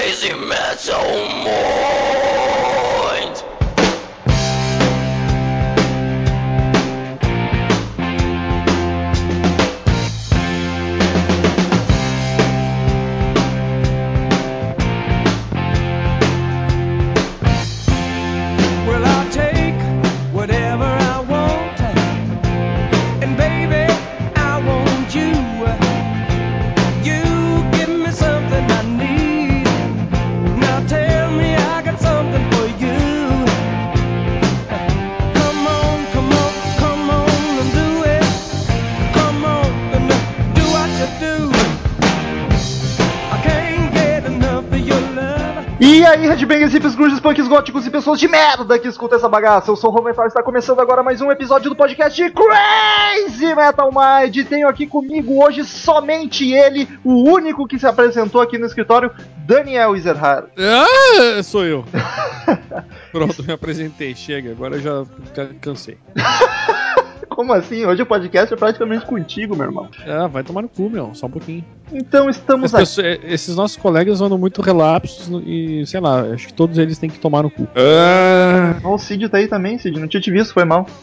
crazy metal mind. Well, I'll take whatever I want, and baby, I want you. You give me something I need. Now tell me I got something for you. Come on, come on, come on and do it. Come on and do what you do. I can't get enough of your love. E aí, headbangers, hippies, grunges, punks, góticos e pessoas de merda que escutam essa bagaça. Eu sou o Romental e está começando agora mais um episódio do podcast Crazy Metal Mind. Tenho aqui comigo hoje somente ele, o único que se apresentou aqui no escritório, Daniel Ezerhard. Ah, sou eu. Pronto, me apresentei. Chega, agora eu já cansei. Como assim? Hoje o podcast é praticamente contigo, meu irmão. Ah, vai tomar no cu, meu. Só um pouquinho. Então estamos aqui. Esses nossos colegas andam muito relapsos e, sei lá, acho que todos eles têm que tomar no cu. O Cid tá aí também, Cid. Não tinha te visto, foi mal.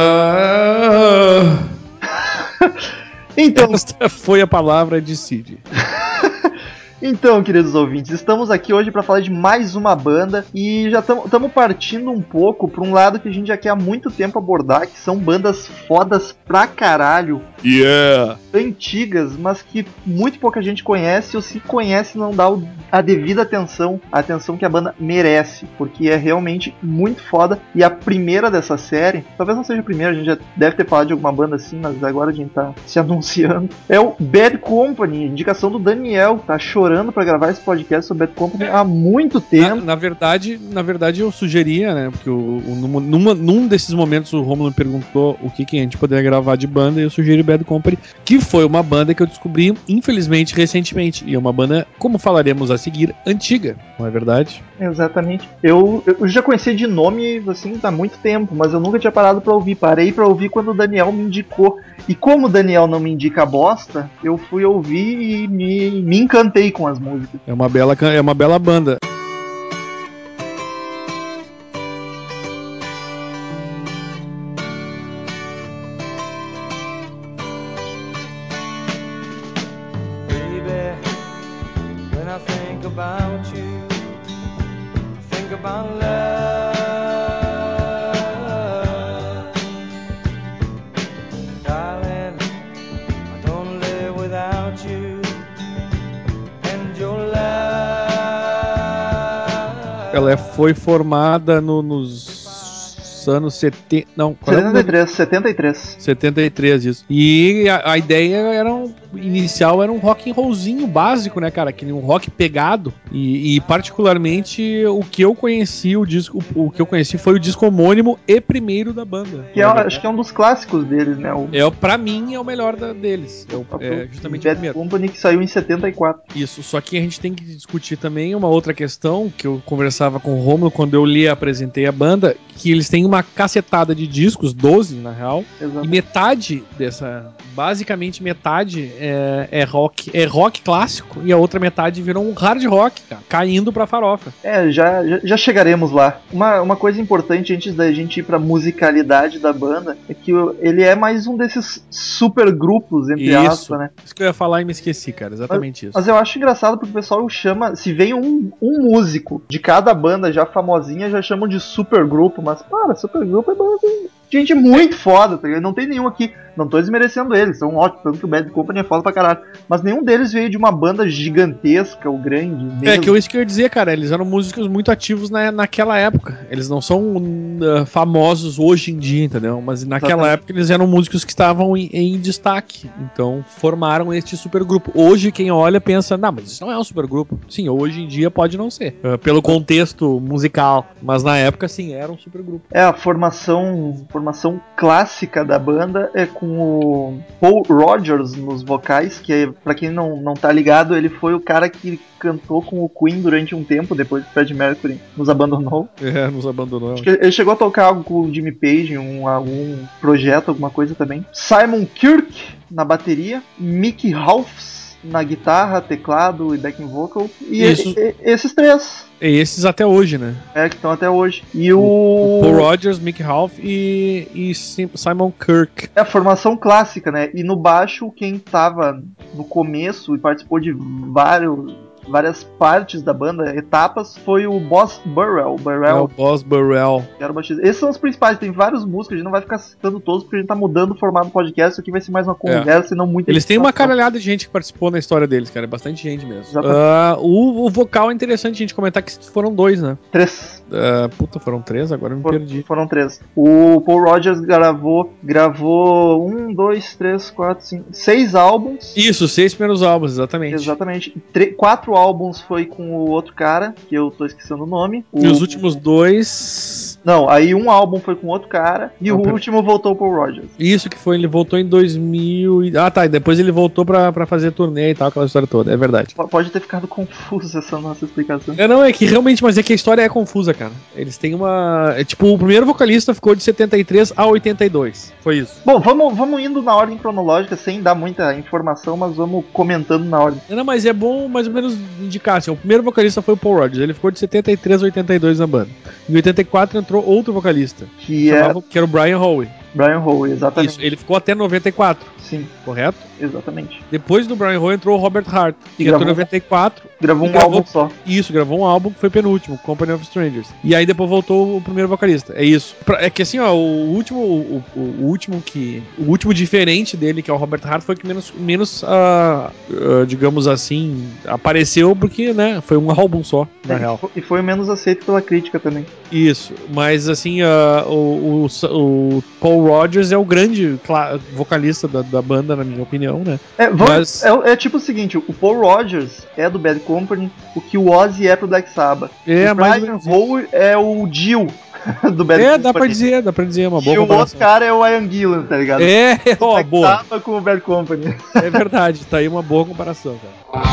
Então, esta foi a palavra de Cid. Então, queridos ouvintes, estamos aqui hoje para falar de mais uma banda e já estamos partindo um pouco para um lado que a gente já quer há muito tempo abordar, que são bandas fodas pra caralho, antigas, mas que muito pouca gente conhece, ou se conhece não dá a devida atenção, a atenção que a banda merece, porque é realmente muito foda. E a primeira dessa série, talvez não seja a primeira, a gente já deve ter falado de alguma banda assim, mas agora a gente tá se anunciando, é o Bad Company, indicação do Daniel, tá chorando pra gravar esse podcast sobre Bad Company há muito tempo. Na verdade eu sugeria, né, porque num desses momentos o Romulo me perguntou o que a gente poderia gravar de banda e eu sugeri Bad Company, que foi uma banda que eu descobri, infelizmente, recentemente, e é uma banda, como falaremos a seguir, antiga, não é verdade? Exatamente. Eu já conhecia de nome, assim, há muito tempo, mas eu nunca tinha parado pra ouvir. Parei pra ouvir quando o Daniel me indicou. E como o Daniel não me indica bosta, eu fui ouvir e me encantei com as músicas. É uma bela banda. Baby, when I think about you, I think about love. Darling, I don't live without you and your love. Ela foi formada nos anos 70... Não, qual é o número? 73, isso. E a ideia inicial era um rock and rollzinho básico, né, cara? Que nem um rock pegado. E particularmente o que eu conheci, o que eu conheci foi o disco homônimo e primeiro da banda. Que acho que é um dos clássicos deles, né? Pra mim é o melhor deles. É justamente o Bad primeiro. Company, que saiu em 74. Isso, só que a gente tem que discutir também uma outra questão que eu conversava com o Romulo quando eu apresentei a banda, que eles têm uma cacetada de discos, 12 na real. Exato. E metade basicamente metade é rock clássico e a outra metade virou um hard rock, cara, caindo pra farofa. Já chegaremos lá. Uma coisa importante antes da gente ir pra musicalidade da banda é que ele é mais um desses super grupos, entre aspas, né? Isso que eu ia falar e me esqueci, cara, exatamente isso. Mas eu acho engraçado porque o pessoal chama, se vem um músico de cada banda já famosinha, já chamam de super grupo, mas para, super grupo é banda de gente muito foda, tá ligado? Não tem nenhum aqui, não tô desmerecendo eles, são ótimos, tanto que o Bad Company é foda pra caralho, mas nenhum deles veio de uma banda gigantesca ou grande. Isso que eu ia dizer, cara, eles eram músicos muito ativos naquela época, eles não são famosos hoje em dia, entendeu? Mas naquela época eles eram músicos que estavam em destaque, então formaram este supergrupo. Hoje quem olha pensa, não, mas isso não é um supergrupo. Sim, hoje em dia pode não ser, pelo contexto musical, mas na época sim, era um supergrupo. A formação clássica da banda é com o Paul Rodgers nos vocais, que pra quem não tá ligado, ele foi o cara que cantou com o Queen durante um tempo, depois que o Freddie Mercury nos abandonou. Nos abandonou. Acho que ele chegou a tocar algo com o Jimmy Page em algum projeto, alguma coisa também. Simon Kirk na bateria, Mickey Rolfs na guitarra, teclado e backing vocal. E esses três. E esses até hoje, né? Que estão até hoje. E o Paul Rodgers, Mick Half e Simon Kirke. É a formação clássica, né? E no baixo, quem tava no começo e participou de várias partes da banda, etapas, foi o Boss Burrell. O Boss Burrell. Que era o baixista. Esses são os principais, tem vários músicos, a gente não vai ficar citando todos, porque a gente tá mudando o formato do podcast, isso aqui vai ser mais uma conversa e não muita Eles têm uma caralhada de gente que participou na história deles, cara, é bastante gente mesmo. O vocal é interessante a gente comentar que foram 2, né? 3. Foram 3? Agora eu me perdi. Foram 3. O Paul Rodgers gravou 1, 2, 3, 4, 5, 6 álbuns. Isso, 6 primeiros álbuns, exatamente. Exatamente. 4 álbuns foi com o outro cara, que eu tô esquecendo o nome. E os últimos 2... Não, aí um álbum foi com outro cara e o último voltou pro Rodgers. Isso que foi, ele voltou em 2000 e... e depois ele voltou pra fazer turnê e tal, aquela história toda, é verdade. Pode ter ficado confuso essa nossa explicação. É que realmente, mas é que a história é confusa, cara. Eles têm uma... o primeiro vocalista ficou de 73 a 82, foi isso. Bom, vamos indo na ordem cronológica, sem dar muita informação, mas vamos comentando na ordem. Não, mas é bom mais ou menos indicar, assim, o primeiro vocalista foi o Paul Rodgers, ele ficou de 73 a 82 na banda. Em 84 entrou outro vocalista, que era o Brian Howe. Brian Howe, exatamente. Isso, ele ficou até 94. Sim. Correto? Exatamente. Depois do Brian Howe entrou o Robert Hart, que entrou em 94. Gravou um álbum só. Isso, gravou um álbum que foi penúltimo, Company of Strangers. E aí depois voltou o primeiro vocalista. É isso. É que assim, ó, o último diferente dele, que é o Robert Hart, foi que menos digamos assim, apareceu porque, né, foi um álbum só, na real. E foi o menos aceito pela crítica também. Isso. Mas assim, o Paul Rodgers é o grande vocalista da banda, na minha opinião, né? É tipo o seguinte, o Paul Rodgers é do Bad Company, o que o Ozzy é pro Black Sabbath. O Brian Howe é o Dio do Bad Company. Dá pra dizer, uma boa comparação. E o outro cara é o Ian Gillan, tá ligado? Boa. Sabbath com o Bad Company. É verdade, tá aí uma boa comparação, cara.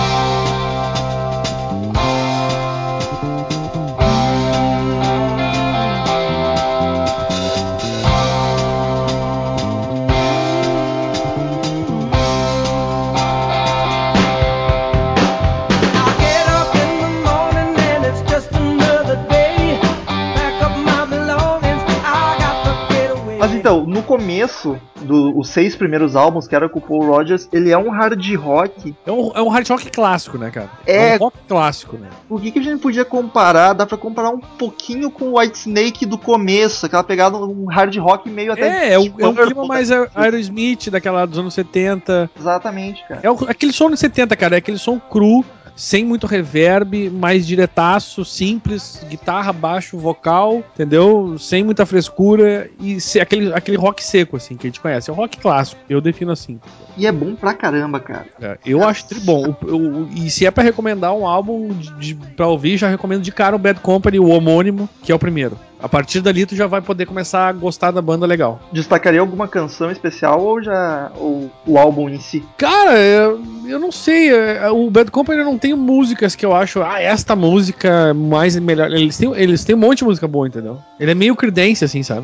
Então, no começo os 6 primeiros álbuns, que era com o Paul Rodgers, ele é um hard rock. É um hard rock clássico, né, cara? É um rock clássico, né? O que a gente podia comparar? Dá pra comparar um pouquinho com o Whitesnake do começo, aquela pegada, um hard rock meio até... É um clima mais Aerosmith, daquela dos anos 70. Exatamente, cara. Aquele som dos 70, cara, é aquele som cru, sem muito reverb, mais diretaço, simples, guitarra, baixo, vocal, entendeu? Sem muita frescura e aquele rock seco, assim, que a gente conhece. É o rock clássico, eu defino assim. E é bom pra caramba, cara. Eu acho bom. E se é pra recomendar um álbum pra ouvir, já recomendo de cara o Bad Company, o homônimo, que é o primeiro. A partir dali tu já vai poder começar a gostar da banda legal. Destacaria alguma canção especial ou o álbum em si? Cara, eu não sei. O Bad Company não tem músicas que eu acho, esta música mais melhor. Eles têm um monte de música boa, entendeu? Ele é meio Creedence, assim, sabe?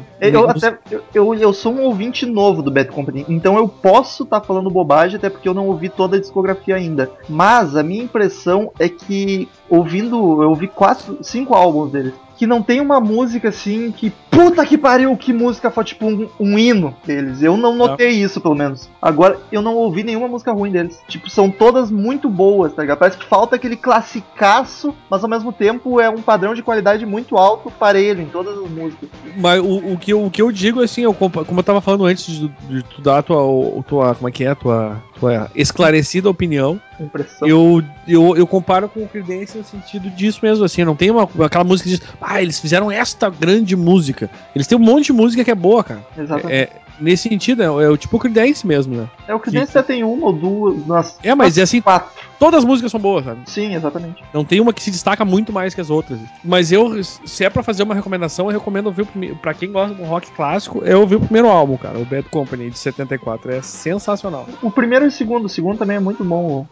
Eu sou um ouvinte novo do Bad Company, então eu posso estar falando bobagem, até porque eu não ouvi toda a discografia ainda. Mas a minha impressão é que eu ouvi 5 álbuns deles, que não tem uma música assim que... Puta que pariu, que música foi tipo um hino deles. Eu não notei isso, pelo menos. Agora, eu não ouvi nenhuma música ruim deles. Tipo, são todas muito boas, tá ligado? Parece que falta aquele classicaço, mas ao mesmo tempo é um padrão de qualidade muito alto, parelho em todas as músicas. Mas o que eu digo, assim, como eu tava falando antes de tu dar a tua como é que é? Tua esclarecida opinião. Impressão. Eu comparo com o Creedence no sentido disso mesmo, assim, não tem aquela música que diz, eles fizeram esta grande música. Eles têm um monte de música que é boa, cara. Exatamente. Nesse sentido, é o tipo Creedence mesmo, né? O Creedence já tem uma ou duas. Mas é assim, 4. Todas as músicas são boas, sabe? Sim, exatamente. Não tem uma que se destaca muito mais que as outras. Mas se é pra fazer uma recomendação, eu recomendo ouvir pra quem gosta de um rock clássico, eu ouvir o primeiro álbum, cara, o Bad Company, de 74. É sensacional. O primeiro e o segundo também é muito bom.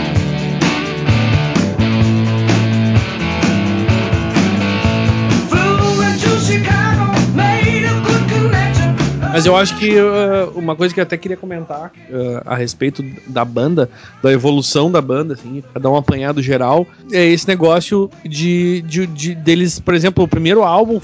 Flew Mas eu acho que uma coisa que eu até queria comentar a respeito da banda, da evolução da banda, assim, pra dar um apanhado geral, é esse negócio deles, por exemplo, o primeiro álbum,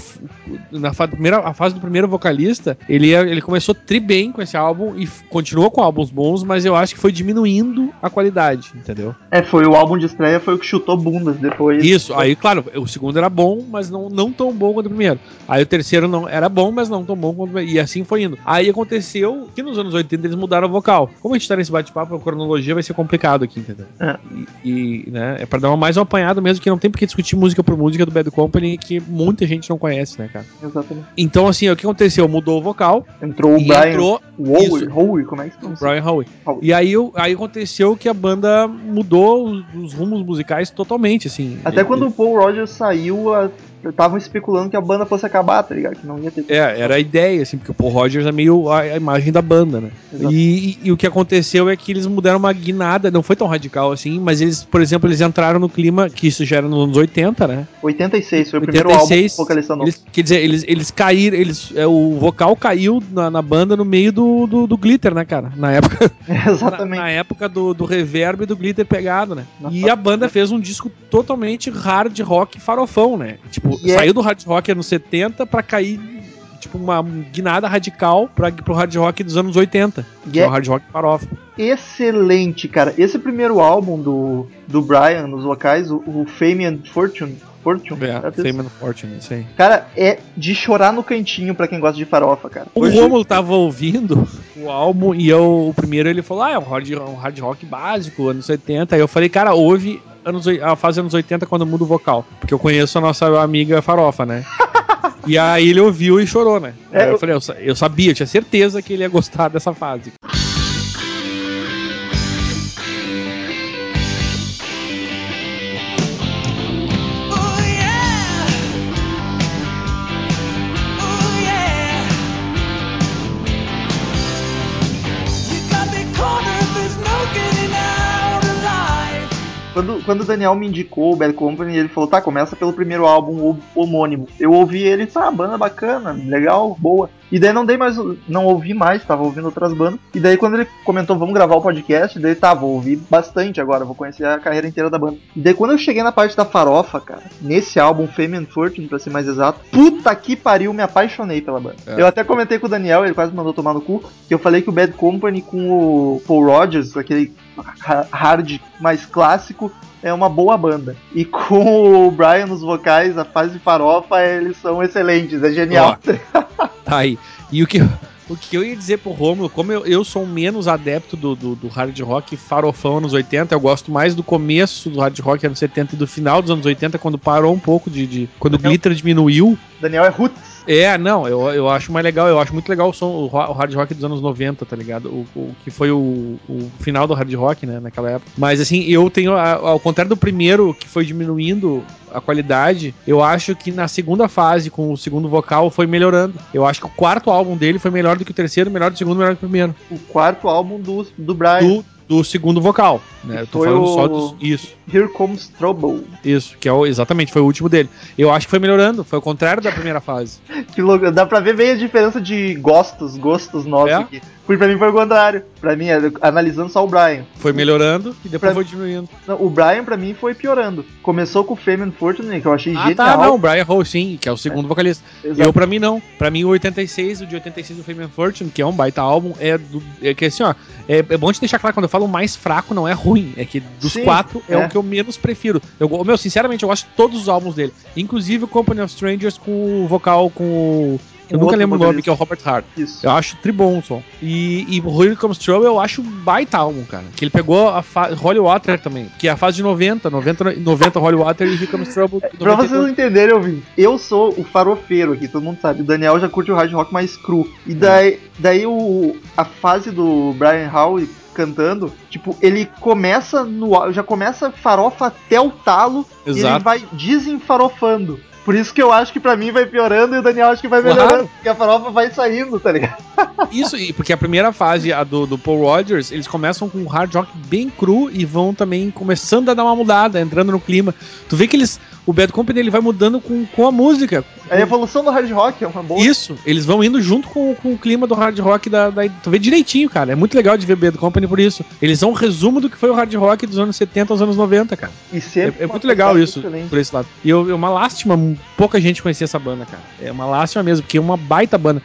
a fase do primeiro vocalista, ele começou tri bem com esse álbum e continuou com álbuns bons, mas eu acho que foi diminuindo a qualidade, entendeu? Foi o álbum de estreia, foi o que chutou bundas depois. Isso, aí, claro, o segundo era bom, mas não tão bom quanto o primeiro. Aí o terceiro não era bom, mas não tão bom quanto o primeiro. E assim foi indo. Aí aconteceu que nos anos 80 eles mudaram o vocal. Como a gente tá nesse bate-papo, a cronologia vai ser complicado aqui, entendeu? Né, é pra dar mais um apanhado mesmo, que não tem porque discutir música por música do Bad Company, que muita gente não conhece, né, cara? Exatamente. Então, assim, o que aconteceu? Mudou o vocal. Entrou o Brian Howe, como é que se chama? Brian Howe. E aí aconteceu que a banda mudou os rumos musicais totalmente, assim. Até quando o Paul Rodgers saiu, estavam especulando que a banda fosse acabar, tá ligado? Que não ia ter. Era a ideia, assim, porque o Paul Rodgers é meio a imagem da banda, né? E o que aconteceu é que eles mudaram uma guinada, não foi tão radical assim, mas eles, por exemplo, eles entraram no clima, que isso já era nos anos 80, né? 86, foi o primeiro álbum vocalista novo. Quer dizer, eles caíram, o vocal caiu na banda no meio do glitter, né, cara? Na época. Exatamente. Na época do reverb e do glitter pegado, né? E a banda fez um disco totalmente hard rock farofão, né? Tipo, saiu do hard rock anos 70 pra cair, tipo, uma guinada radical pro hard rock dos anos 80. Que é o hard rock farofa. Excelente, cara. Esse primeiro álbum do Brian nos vocais, o Fame and Fortune. Fame and Fortune, isso aí. Cara, é de chorar no cantinho pra quem gosta de farofa, cara. O Rômulo tava ouvindo o álbum e o primeiro ele falou, é um hard rock básico, anos 80. Aí eu falei, cara, ouve a fase anos 80 quando muda o vocal. Porque eu conheço a nossa amiga farofa, né? E aí ele ouviu e chorou, né? Aí eu falei, eu sabia, eu tinha certeza que ele ia gostar dessa fase. Quando o Daniel me indicou o Bad Company, ele falou, tá, começa pelo primeiro álbum homônimo. Eu ouvi ele, tá, banda bacana, legal, boa. E daí não ouvi mais, tava ouvindo outras bandas. E daí quando ele comentou, vamos gravar o podcast, daí tá, vou ouvir bastante agora, vou conhecer a carreira inteira da banda. E daí quando eu cheguei na parte da farofa, cara, nesse álbum, Fame and Fortune, pra ser mais exato, puta que pariu, me apaixonei pela banda. Eu até comentei com o Daniel, ele quase me mandou tomar no cu, que eu falei que o Bad Company com o Paul Rodgers, aquele hard mais clássico, é uma boa banda. E com o Brian nos vocais, a fase farofa, eles são excelentes, é genial. Tá aí. E o que eu ia dizer pro Rômulo, como eu sou menos adepto do hard rock farofão anos 80, eu gosto mais do começo do hard rock anos 70 e do final dos anos 80, quando parou um pouco quando o glitter diminuiu. Daniel é roots. Eu acho mais legal, eu acho muito legal o hard rock dos anos 90, tá ligado? O que foi o final do hard rock, né, naquela época. Mas assim, eu tenho, ao contrário do primeiro, que foi diminuindo a qualidade, eu acho que na segunda fase, com o segundo vocal, foi melhorando. Eu acho que o quarto álbum dele foi melhor do que o terceiro, melhor do que o segundo, melhor do que o primeiro. O quarto álbum do Brian. Do segundo vocal, né? Eu tô falando só isso. Here Comes Trouble. Isso, que exatamente, foi o último dele. Eu acho que foi melhorando, foi o contrário da primeira fase. Que louco, dá pra ver bem a diferença de gostos nossos aqui. Porque pra mim foi o contrário. Pra mim, analisando só o Brian. Foi melhorando e depois foi diminuindo. Não, o Brian pra mim foi piorando. Começou com o Fame and Fortune, que eu achei genial. Tá, não, o Brian Howe sim, que é o segundo vocalista. Exato. Pra mim não. Pra mim o de 86 do Fame and Fortune, que é um baita álbum, é que assim, ó, é bom te deixar claro, quando eu falo mais fraco não é ruim, é que dos quatro é o que eu menos prefiro. Sinceramente, eu gosto de todos os álbuns dele, inclusive o Company of Strangers com o vocal eu nunca lembro o nome, que é o Robert Hart. Isso. Eu acho tribom o som. E o Here Comes Trouble eu acho baita álbum, cara. Que ele pegou a Holy Water também, que é a fase de 90 Holy Water e Here Comes Trouble. Pra vocês não entenderem, eu sou o farofeiro aqui, todo mundo sabe. O Daniel já curte o hard rock mais cru. E daí a fase do Brian Howe cantando, tipo, ele começa já começa farofa até o talo. Exato. E ele vai desenfarofando. Por isso que eu acho que pra mim vai piorando e o Daniel acha que vai melhorando, porque a farofa vai saindo, tá ligado? Isso, porque a primeira fase, a do Paul Rodgers, eles começam com um hard rock bem cru e vão também começando a dar uma mudada, entrando no clima. Tu vê que o Bad Company ele vai mudando com a música. É a evolução do hard rock, é uma boa. Isso, eles vão indo junto com o clima do hard rock tu vê direitinho, cara. É muito legal de ver Bad Company por isso. Eles são um resumo do que foi o hard rock dos anos 70 aos anos 90, cara. E sempre é muito legal isso, excelente. Por esse lado. E é uma lástima, pouca gente conhecia essa banda, cara. É uma lástima mesmo, porque é uma baita banda.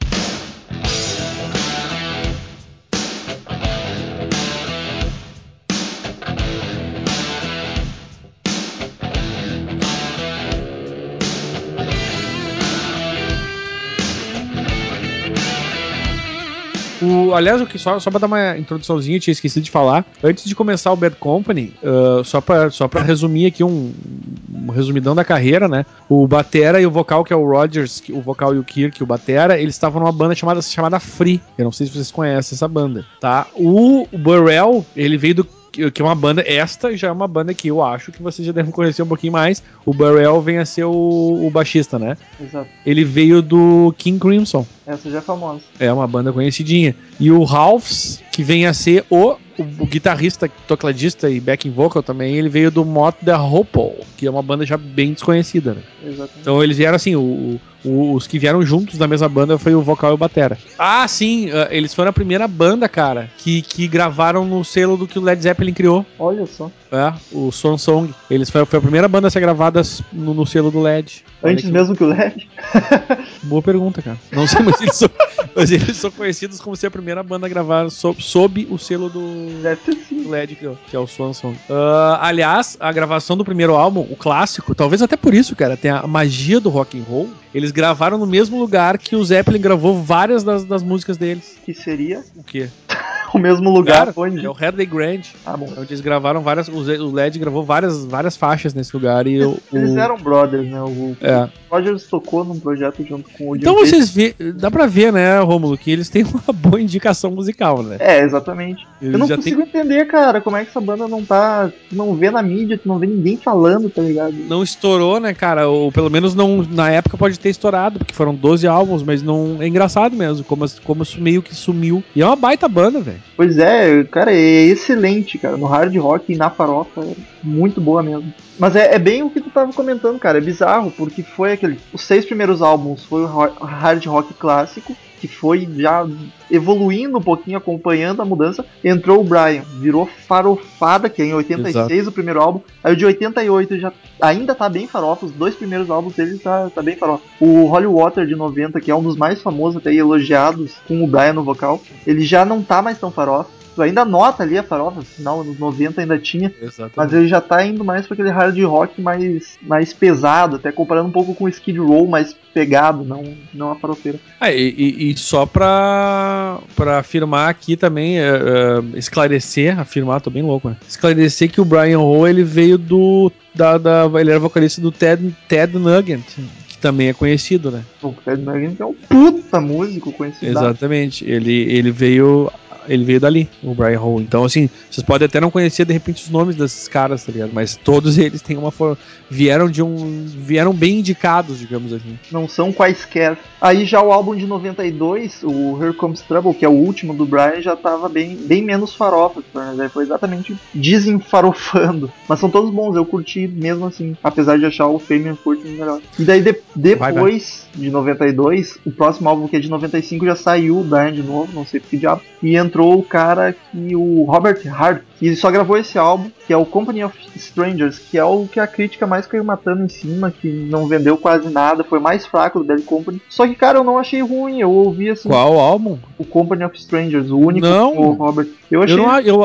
Aliás, só pra dar uma introduçãozinha, eu tinha esquecido de falar. Antes de começar o Bad Company, só pra resumir aqui um resumidão da carreira, né? O batera e o vocal, que é o Rogers, o vocal e o Kirk, o batera, eles estavam numa banda chamada Free. Eu não sei se vocês conhecem essa banda, tá? O Burrell, ele veio que é uma banda, esta já é uma banda que eu acho que vocês já devem conhecer um pouquinho mais. O Burrell vem a ser o baixista, né? Exato. Ele veio do King Crimson. Essa já é famosa. É uma banda conhecidinha. E o Ralphs, que vem a ser o guitarrista, tecladista e backing vocal também, ele veio do Mott the Hoople, que é uma banda já bem desconhecida, né? Exatamente. Então eles vieram assim, os que vieram juntos da mesma banda foi o vocal e o batera. Ah, sim, eles foram a primeira banda, cara, que gravaram no selo do que o Led Zeppelin criou. Olha só. O Swan Song. Foi a primeira banda a ser gravada no selo do Led. Antes mesmo que o Led? Boa pergunta, cara. Não sei, mas eles são conhecidos como ser a primeira banda a gravar sob o selo do Led, que é o Swan Song. Aliás, a gravação do primeiro álbum, o clássico, talvez até por isso, cara, tem a magia do rock and roll. Eles gravaram no mesmo lugar que o Zeppelin gravou várias das músicas deles. Que seria? O quê? O mesmo lugar, onde? É o Hadley Grange. Ah, bom. Onde eles gravaram várias. O Led gravou várias faixas nesse lugar. E eles eram brothers, né? O Rogers tocou num projeto junto com o Jim. Então vocês vê, dá pra ver, né, Rômulo, que eles têm uma boa indicação musical, né? É, exatamente. Eu não consigo entender, cara, como é que essa banda não tá. Tu não vê na mídia, tu não vê ninguém falando, tá ligado? Não estourou, né, cara? Ou pelo menos não. Na época pode ter estourado, porque foram 12 álbuns, mas não. É engraçado mesmo, como meio que sumiu. E é uma baita banda, velho. Pois é, cara, é excelente, cara. No hard rock e na farofa é muito boa mesmo. Mas é bem o que tu tava comentando, cara. É bizarro, porque foi os 6 primeiros álbuns foi o hard rock clássico, que foi já evoluindo um pouquinho, acompanhando a mudança. Entrou o Brian, virou farofada, que é em 86. Exato. O primeiro álbum. Aí o de 88 já ainda tá bem farofa. Os 2 primeiros álbuns dele tá bem farofa. O Holy Water de 90, que é um dos mais famosos até elogiados, com o Brian no vocal, ele já não tá mais tão farofa. Tu ainda nota ali a farofa, no final, nos 90 ainda tinha. Exatamente. Mas ele já tá indo mais pra aquele hard rock mais pesado, até comparando um pouco com o Skid Row, mais pegado, não a farofeira. E só pra afirmar aqui também, tô bem louco, né? Esclarecer que o Brian Ho, ele veio ele era vocalista do Ted Nugent, que também é conhecido, né? O Ted Nugent é um puta músico conhecido. Exatamente, ele veio dali, o Brian Ho. Então, assim, vocês podem até não conhecer, de repente, os nomes desses caras, tá ligado? Mas todos eles têm vieram bem indicados, digamos assim. Não são quaisquer. Aí já o álbum de 92, o Here Comes Trouble, que é o último do Brian, já tava bem menos farofa, né? Foi exatamente desenfarofando. Mas são todos bons, eu curti mesmo assim, apesar de achar o Fame and Fortune melhor. E daí depois de 92, o próximo álbum, que é de 95, já saiu o Brian de novo, não sei por que diabo, e entrou o cara o Robert Hart, que só gravou esse álbum, que é o Company of Strangers, que é o que a crítica mais caiu matando em cima, que não vendeu quase nada, foi mais fraco do Bad Company. Só que, cara, eu não achei ruim, eu ouvi assim... Qual álbum? O Company of Strangers, o único com o Robert. Eu achei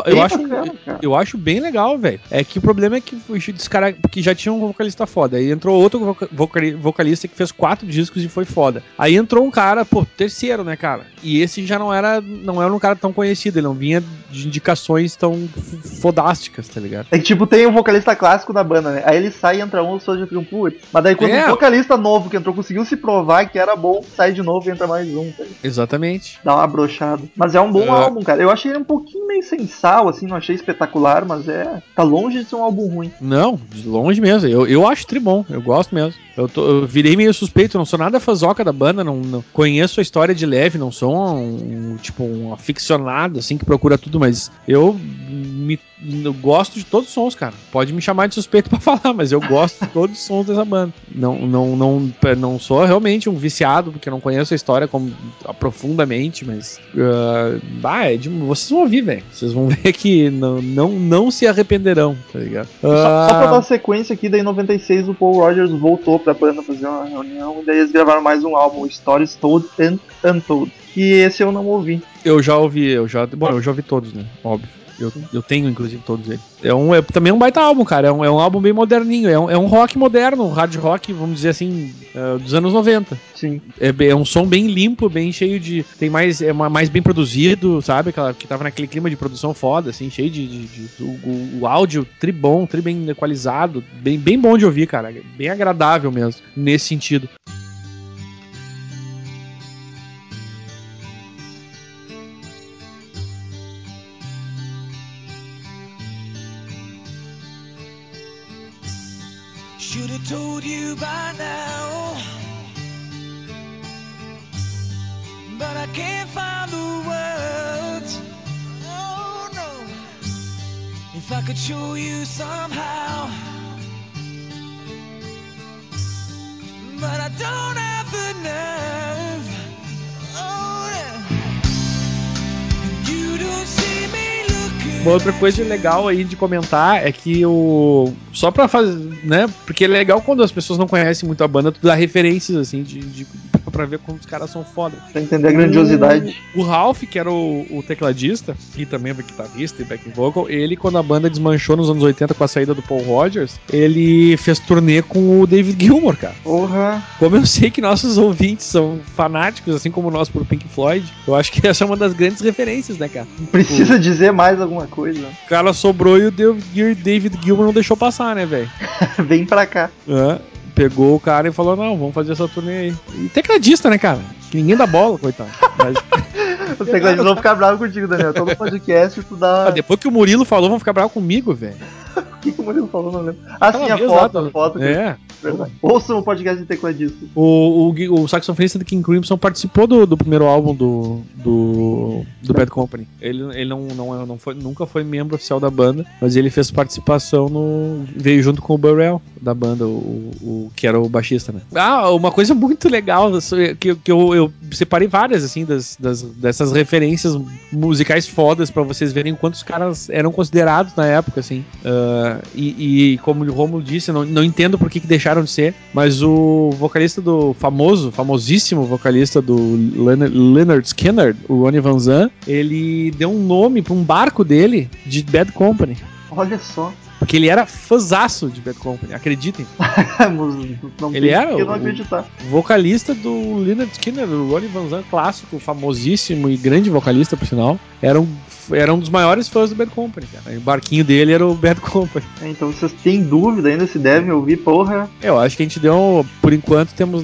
eu acho bem legal, velho. É que o problema é que esse cara, porque já tinha um vocalista foda, aí entrou outro vocalista que fez 4 discos e foi foda. Aí entrou um cara, terceiro, né, cara? E esse já não era um cara tão conhecido, ele não vinha de indicações tão fodásticas, tá ligado? É que, tipo, tem um vocalista clássico da banda, né? Aí ele sai e entra um, os pessoas já ficam, putz. Mas daí quando um vocalista novo que entrou conseguiu se provar que era bom, sai de novo e entra mais um, tá ligado? Exatamente. Dá uma brochada. Mas é um bom álbum, cara. Eu achei ele um pouquinho meio sem sal, assim, não achei espetacular, mas tá longe de ser um álbum ruim. Não, de longe mesmo. Eu acho tribom, eu gosto mesmo. Eu virei meio suspeito, não sou nada fãzoca da banda, não conheço a história de leve, não sou um aficionado, assim, que procura tudo, mas eu eu gosto de todos os sons, cara. Pode me chamar de suspeito pra falar, mas eu gosto de todos os sons dessa banda. Não sou realmente um viciado, porque eu não conheço a história profundamente, mas vocês vão ouvir, velho. Vocês vão ver que não se arrependerão, tá ligado? Só pra dar sequência aqui, daí em 96 o Paul Rodgers voltou pra banda fazer uma reunião, e daí eles gravaram mais um álbum, Stories Told and Untold, que esse eu não ouvi. Eu já ouvi todos, né? Óbvio. Eu tenho, inclusive, todos eles. Também é um baita álbum, cara. É um álbum bem moderninho. É um rock moderno, um hard rock, vamos dizer assim, dos anos 90. Sim. É um som bem limpo, bem cheio de... mais bem produzido, sabe? Que tava naquele clima de produção foda, assim, cheio o áudio tribom, bem equalizado. Bem bom de ouvir, cara. Bem agradável mesmo, nesse sentido. Should have told you by now, but I can't find the words. Oh no, if I could show you somehow, but I don't have the nerve. Oh yeah, you don't see me looking. Uma outra coisa legal aí de comentar é que só pra fazer, né? Porque é legal quando as pessoas não conhecem muito a banda, tu dá referências, assim, pra ver como os caras são foda. Pra entender a grandiosidade. O Ralph, que era o tecladista, e também o guitarrista e backing vocal, ele, quando a banda desmanchou nos anos 80 com a saída do Paul Rodgers, ele fez turnê com o David Gilmour, cara. Porra! Como eu sei que nossos ouvintes são fanáticos, assim como nós por Pink Floyd, eu acho que essa é uma das grandes referências, né, cara? Precisa dizer mais alguma coisa. O cara sobrou e o David Gilmour não deixou passar, né, velho? Vem pra cá. Pegou o cara e falou, não, vamos fazer essa turnê aí. E tecladista, né, cara? Que ninguém dá bola, coitado. Mas... Os tecladistas vão ficar bravos contigo, Daniel. Todo podcast tu dá... depois que o Murilo falou, vão ficar bravos comigo, velho. O que o Murilo falou, não lembro. Ah, sim, a foto. É. Verdade. Ouçam o podcast de tecladista. O saxofonista do King Crimson participou do primeiro álbum do Bad Company. Ele nunca foi membro oficial da banda, mas ele fez participação veio junto com o Burrell da banda, o que era o baixista, né? Uma coisa muito legal que eu separei várias, assim, dessas referências musicais fodas pra vocês verem quantos caras eram considerados na época, assim. E como o Romulo disse, não entendo por que deixaram de ser, mas o vocalista famosíssimo vocalista do Lynyrd Skynyrd, o Ronnie Van Zant, ele deu um nome pra um barco dele de Bad Company. Olha só. Porque ele era fãzaço de Bad Company, acreditem. Ele era o vocalista do Lynyrd Skynyrd, o Ronnie Van Zant clássico, famosíssimo e grande vocalista, por sinal. Era um dos maiores fãs do Bad Company, cara. O barquinho dele era o Bad Company. Então vocês têm dúvida ainda se devem ouvir, porra? Eu acho que a gente por enquanto temos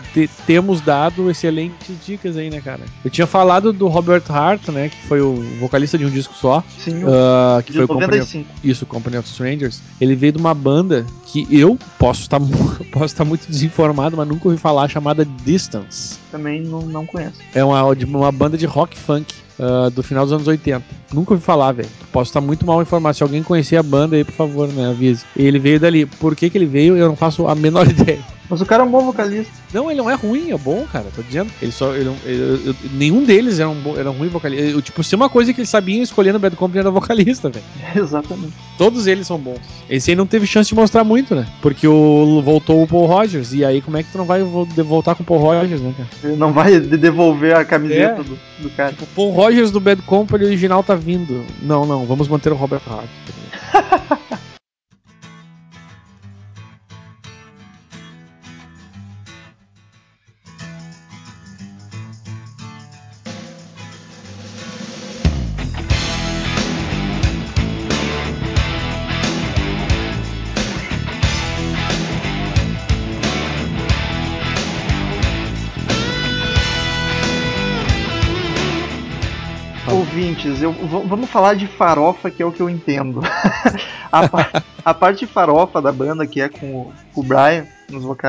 dado excelentes dicas aí, né, cara? Eu tinha falado do Robert Hart, né, que foi o vocalista de um disco só. Sim, que foi o Company of Strangers. Ele veio de uma banda que eu posso estar muito desinformado, mas nunca ouvi falar, chamada Distance. Também não conheço. É uma banda de rock funk. Do final dos anos 80. Nunca ouvi falar, velho. Posso estar muito mal informado. Se alguém conhecer a banda aí, por favor, né, avise. Ele veio dali. Por que ele veio, eu não faço a menor ideia. Mas o cara é um bom vocalista. Não, ele não é ruim, é bom, cara. Tô dizendo. Nenhum deles era ruim vocalista. Tipo, se uma coisa que eles sabiam escolher no Bad Company era vocalista, velho. Exatamente. Todos eles são bons. Esse aí não teve chance de mostrar muito, né? Porque voltou o Paul Rodgers. E aí, como é que tu não vai voltar com o Paul Rodgers, né, cara? Ele não vai devolver a camiseta do cara. O Paul Rodgers do Bad Company original tá vindo. Não, vamos manter o Robert Hart. Ouvintes, vamos falar de farofa, que é o que eu entendo. A parte farofa da banda, que é com o Brian nos vocais,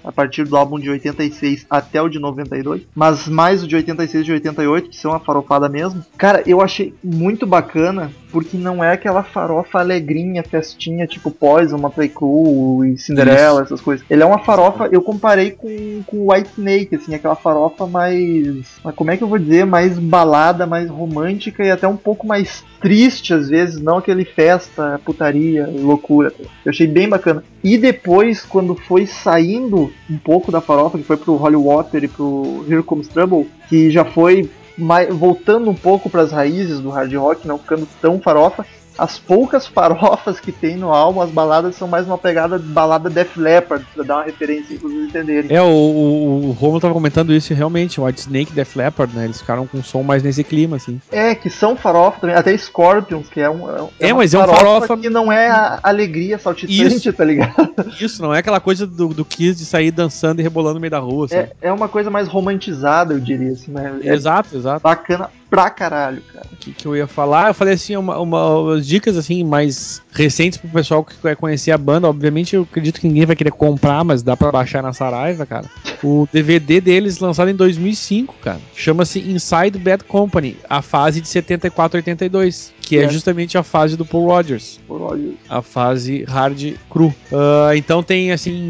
a partir do álbum de 86 até o de 92, mas mais o de 86 e de 88, que são a farofada mesmo. Cara, eu achei muito bacana, porque não é aquela farofa alegrinha, festinha, tipo Poison, Motley Crue e Cinderella, essas coisas. Ele é uma farofa, eu comparei com White Snake, assim, aquela farofa mais, como é que eu vou dizer, mais balada, mais romântica e até um pouco mais triste às vezes, não aquele festa, putaria, loucura. Eu achei bem bacana. E depois, quando foi saindo um pouco da farofa, que foi pro Holy Water e pro Here Comes Trouble, que já foi voltando um pouco para as raízes do hard rock, não ficando tão farofa, as poucas farofas que tem no álbum, as baladas são mais uma pegada de balada Def Leppard, pra dar uma referência pra vocês entenderem. O Romulo tava comentando isso realmente, o White Snake e Def Leppard, né? Eles ficaram com um som mais nesse clima, assim. Que são farofa também, até Scorpions, que mas é um farofa que não é a alegria saltitante, tá ligado? Isso, não é aquela coisa do Kiss de sair dançando e rebolando no meio da rua, sabe? É uma coisa mais romantizada, eu diria, assim, né? Exato. Bacana pra caralho, cara. O que eu ia falar? Eu falei assim, umas dicas assim mais recentes pro pessoal que quer conhecer a banda. Obviamente eu acredito que ninguém vai querer comprar, mas dá pra baixar na Saraiva, cara. O DVD deles lançado em 2005, cara, chama-se Inside Bad Company, a fase de 74 a 82, que é justamente a fase do Paul Rodgers. A fase hard cru. Então tem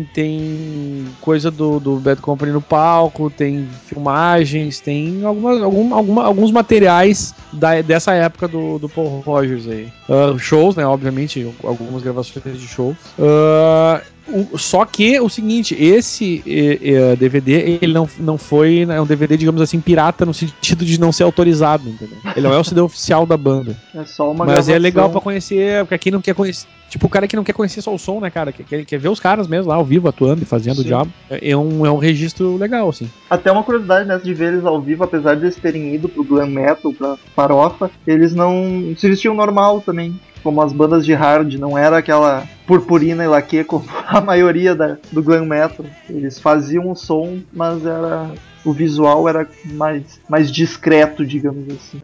coisa do Bad Company no palco, tem filmagens, tem alguns materiais dessa época do Paul Rodgers aí. Shows, né, obviamente, algumas gravações de shows. Só que o seguinte, esse DVD, ele não foi, né, um DVD, digamos assim, pirata no sentido de não ser autorizado, entendeu? Ele não é o CD oficial da banda. É só uma Mas gravação. É legal pra conhecer, pra quem não quer conhecer, tipo o cara que não quer conhecer só o som, né, cara, quer ver os caras mesmo lá ao vivo, atuando e fazendo o diabo. É um registro legal, assim. Até uma curiosidade nessa de ver eles ao vivo, apesar de eles terem ido pro glam metal, pra farofa, eles não se vestiam normal também. Como as bandas de hard, não era aquela purpurina e laque como a maioria do glam metal. Eles faziam o som, mas o visual era mais discreto, digamos assim.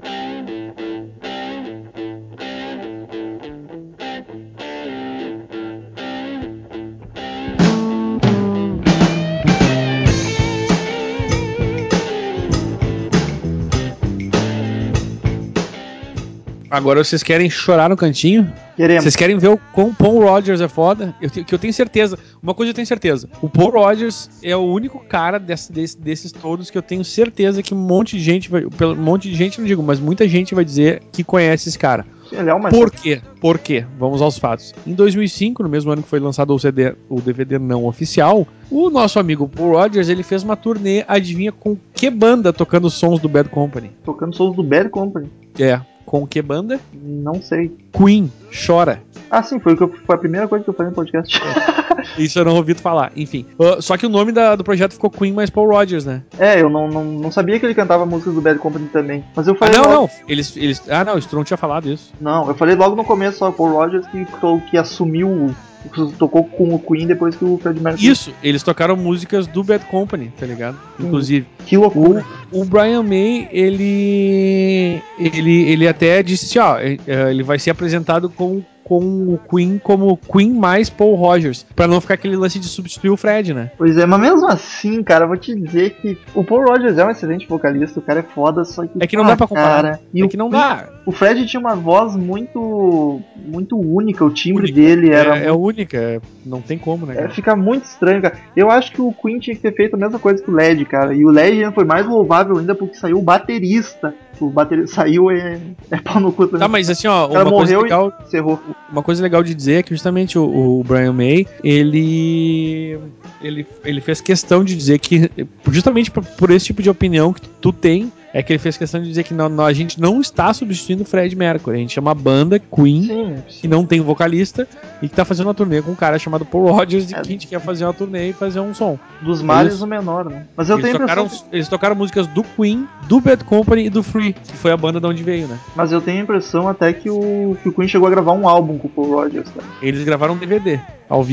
Agora vocês querem chorar no cantinho? Queremos. Vocês querem ver o quão Paul Rodgers é foda? Eu tenho certeza. Uma coisa eu tenho certeza. O Paul Rodgers é o único cara desses todos que eu tenho certeza que um monte de gente não digo, mas muita gente vai dizer que conhece esse cara. Por quê? Por quê? Vamos aos fatos. Em 2005, no mesmo ano que foi lançado o DVD não oficial, o nosso amigo Paul Rodgers, ele fez uma turnê, adivinha com que banda tocando sons do Bad Company? Tocando sons do Bad Company? Com que banda? Não sei. Queen, Chora. Ah, sim, foi a primeira coisa que eu falei no podcast. Isso eu não ouvi tu falar, enfim. Só que o nome do projeto ficou Queen mais Paul Rodgers, né? Eu não sabia que ele cantava músicas do Bad Company também. Mas eu falei. Não. Eles. O Strong tinha falado isso. Não, eu falei logo no começo só o Paul Rodgers que assumiu. Tocou com o Queen depois que o Freddie Mercury. Isso, eles tocaram músicas do Bad Company, tá ligado? Inclusive. Que loucura. O Brian May, ele até disse assim, ele vai ser apresentado com o Queen como Queen mais Paul Rodgers, pra não ficar aquele lance de substituir o Fred, né? Pois é, mas mesmo assim, cara, eu vou te dizer que o Paul Rodgers é um excelente vocalista, o cara é foda, só que... É que não dá pra comparar, cara, não dá. O Fred tinha uma voz muito única, o timbre dele era... única, não tem como, né, cara? Fica muito estranho, cara. Eu acho que o Queen tinha que ter feito a mesma coisa que o Led, cara, e o Led foi mais louvável ainda porque saiu o baterista. O baterista saiu pau no cu também. Tá, mas assim, uma coisa legal de dizer é que justamente o Brian May, ele fez questão de dizer que, justamente por esse tipo de opinião que tu tem, é que ele fez questão de dizer que a gente não está substituindo o Fred Mercury. A gente é uma banda, Queen, que não tem vocalista e que tá fazendo uma turnê com um cara chamado Paul Rodgers e que a gente quer fazer uma turnê e fazer um som. Dos males o menor, né? Mas eles tocaram músicas do Queen, do Bad Company e do Free, que foi a banda de onde veio, né? Mas eu tenho a impressão até que o Queen chegou a gravar um álbum com o Paul Rodgers, cara. Eles gravaram um DVD ao vivo.